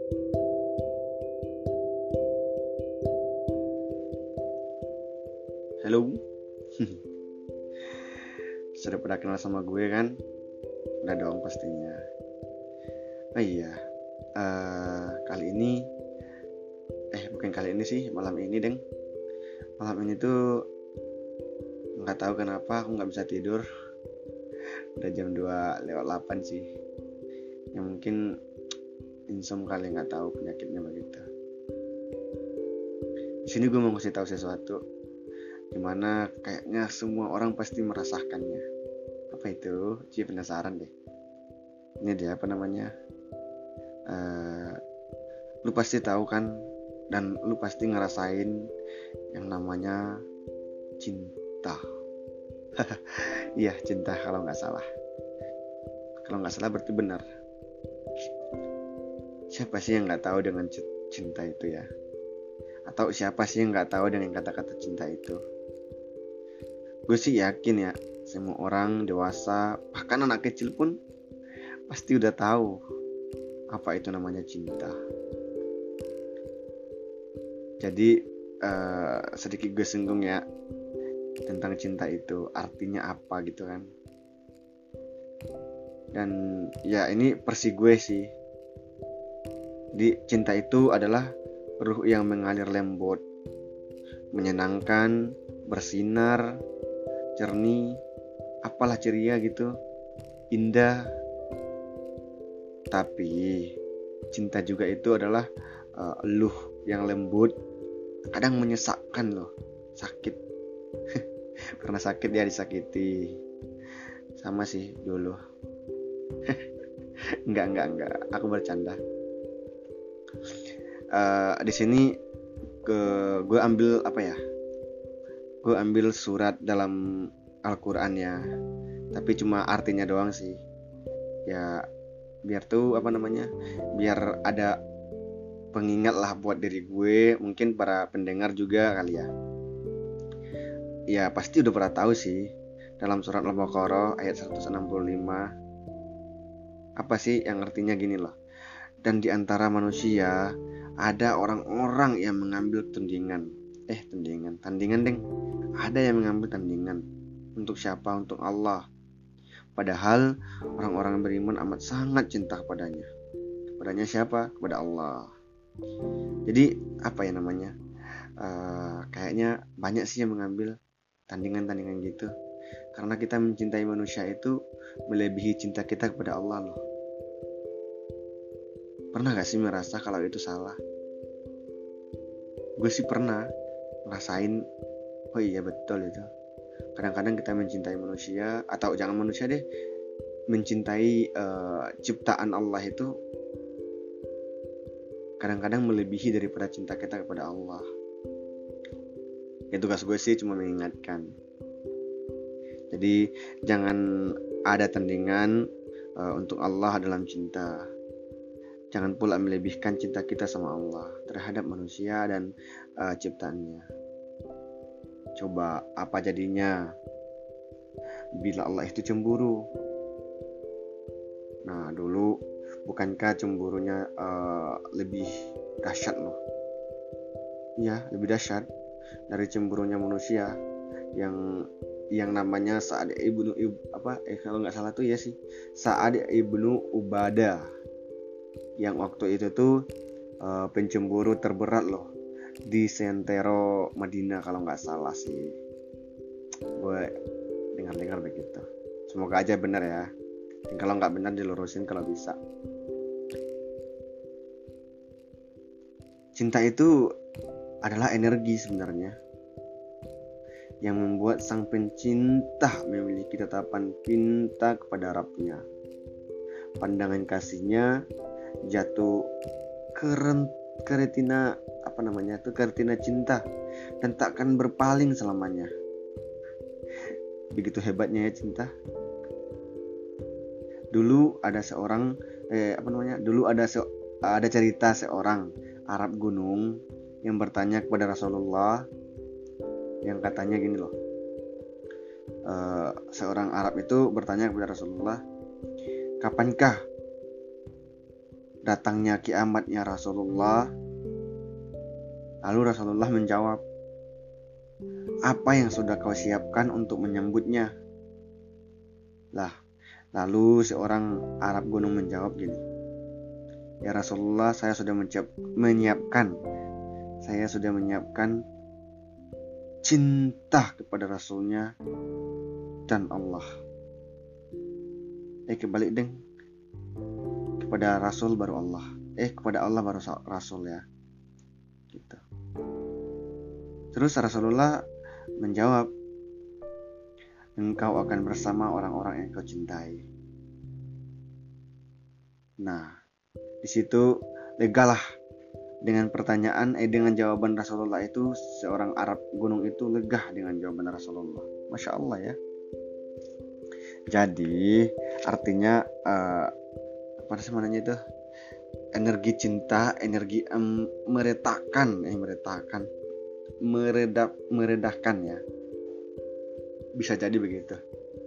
Halo. Sudah pada kenal sama gue kan? Udah dong pastinya. Oh iya, kali ini bukan kali ini sih, malam ini deng. Malam ini tuh nggak tahu kenapa aku nggak bisa tidur. Udah jam 2:08 sih. Ya mungkin insomnia kali, nggak tahu penyakitnya begitu. Di sini gue mau ngasih tahu sesuatu, dimana kayaknya semua orang pasti merasakannya. Apa itu? Cie, penasaran deh. Ini dia apa namanya? Lu pasti tahu kan, dan lu pasti ngerasain yang namanya cinta. Iya, cinta kalau nggak salah. Kalau nggak salah berarti benar. Siapa sih yang nggak tahu dengan cinta itu ya? Atau siapa sih yang nggak tahu dengan kata-kata cinta itu? Gue sih yakin ya, semua orang dewasa, bahkan anak kecil pun pasti udah tahu apa itu namanya cinta. Jadi sedikit gue singgung ya tentang cinta itu, artinya apa gitu kan. Dan ya ini versi gue sih. Di cinta itu adalah ruh yang mengalir lembut, menyenangkan, bersinar, jernih, apalah ceria gitu, indah. Tapi cinta juga itu adalah eluh yang lembut, kadang menyesakkan loh, sakit. Karena sakit ya disakiti. Sama sih dulu. Enggak, aku bercanda. Di sini gue ambil apa ya? Gue ambil surat dalam Al-Quran ya, tapi cuma artinya doang sih. Ya biar tuh apa namanya? Biar ada pengingat lah buat diri gue, mungkin para pendengar juga kali ya. Ya pasti udah pernah tahu sih, dalam surat Al-Baqarah ayat 165. Apa sih yang artinya gini loh. Dan di antara manusia ada orang-orang yang mengambil tandingan deng. Ada yang mengambil tandingan. Untuk siapa? Untuk Allah. Padahal orang-orang beriman amat sangat cinta kepadanya. Kepadanya siapa? Kepada Allah. Jadi apa ya namanya? Kayaknya banyak sih yang mengambil tandingan-tandingan gitu. Karena kita mencintai manusia itu melebihi cinta kita kepada Allah loh. Pernah gak sih merasa kalau itu salah? Gue sih pernah ngerasain, oh iya betul itu. Kadang-kadang kita mencintai manusia, atau jangan manusia deh, mencintai ciptaan Allah itu kadang-kadang melebihi daripada cinta kita kepada Allah. Ya tugas gue sih cuma mengingatkan. Jadi jangan ada tandingan untuk Allah dalam cinta. Jangan pula melebihkan cinta kita sama Allah terhadap manusia dan ciptaannya. Coba apa jadinya bila Allah itu cemburu? Nah dulu bukankah cemburunya lebih dahsyat loh? Ya lebih dahsyat dari cemburunya manusia yang namanya Sa'ad ibnu kalau nggak salah tuh ya sih Sa'ad ibnu Ubadah, yang waktu itu tuh pencemburu terberat loh di sentero Madinah kalau nggak salah sih. Gue dengar begitu. Semoga aja benar ya. Dan kalau nggak benar dilurusin kalau bisa. Cinta itu adalah energi sebenarnya yang membuat sang pencinta memiliki tatapan cinta kepada Rabbnya. Pandangan kasihnya jatuh ke retina retina cinta dan takkan berpaling selamanya. Begitu hebatnya ya cinta. Dulu ada ada cerita seorang Arab gunung yang bertanya kepada Rasulullah, yang katanya gini loh. Seorang Arab itu bertanya kepada Rasulullah, kapankah datangnya kiamatnya Rasulullah. Lalu Rasulullah menjawab, apa yang sudah kau siapkan untuk menyambutnya? Lalu seorang Arab gunung menjawab gini, ya Rasulullah, saya sudah menyiapkan cinta kepada Rasulnya dan Allah. Kebalik deng, kepada Rasul baru Allah. Kepada Allah baru Rasul ya. Gitu. Terus Rasulullah menjawab, engkau akan bersama orang-orang yang kau cintai. Nah, di situ legalah dengan dengan jawaban Rasulullah itu, seorang Arab gunung itu legah dengan jawaban Rasulullah. Masya Allah ya. Jadi artinya apa namanya itu, energi cinta, energi meredahkan ya, bisa jadi begitu.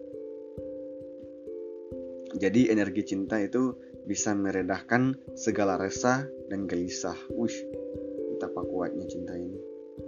Jadi energi cinta itu bisa meredahkan segala resah dan gelisah. Betapa kuatnya cinta ini.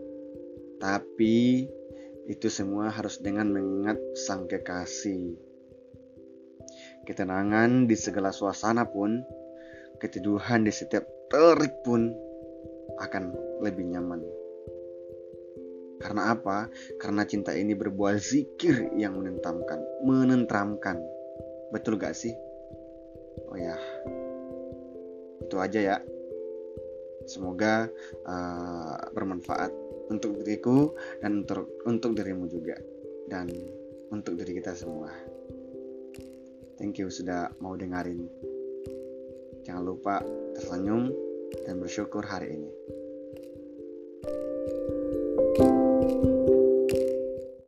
Tapi itu semua harus dengan mengingat sang kekasih. Ketenangan di segala suasana pun, keteduhan di setiap terik pun akan lebih nyaman. Karena apa? Karena cinta ini berbuah zikir yang menenteramkan. Betul gak sih? Oh ya, itu aja ya. Semoga bermanfaat untuk diriku dan untuk dirimu juga, dan untuk diri kita semua. Thank you sudah mau dengerin. Jangan lupa tersenyum dan bersyukur hari ini.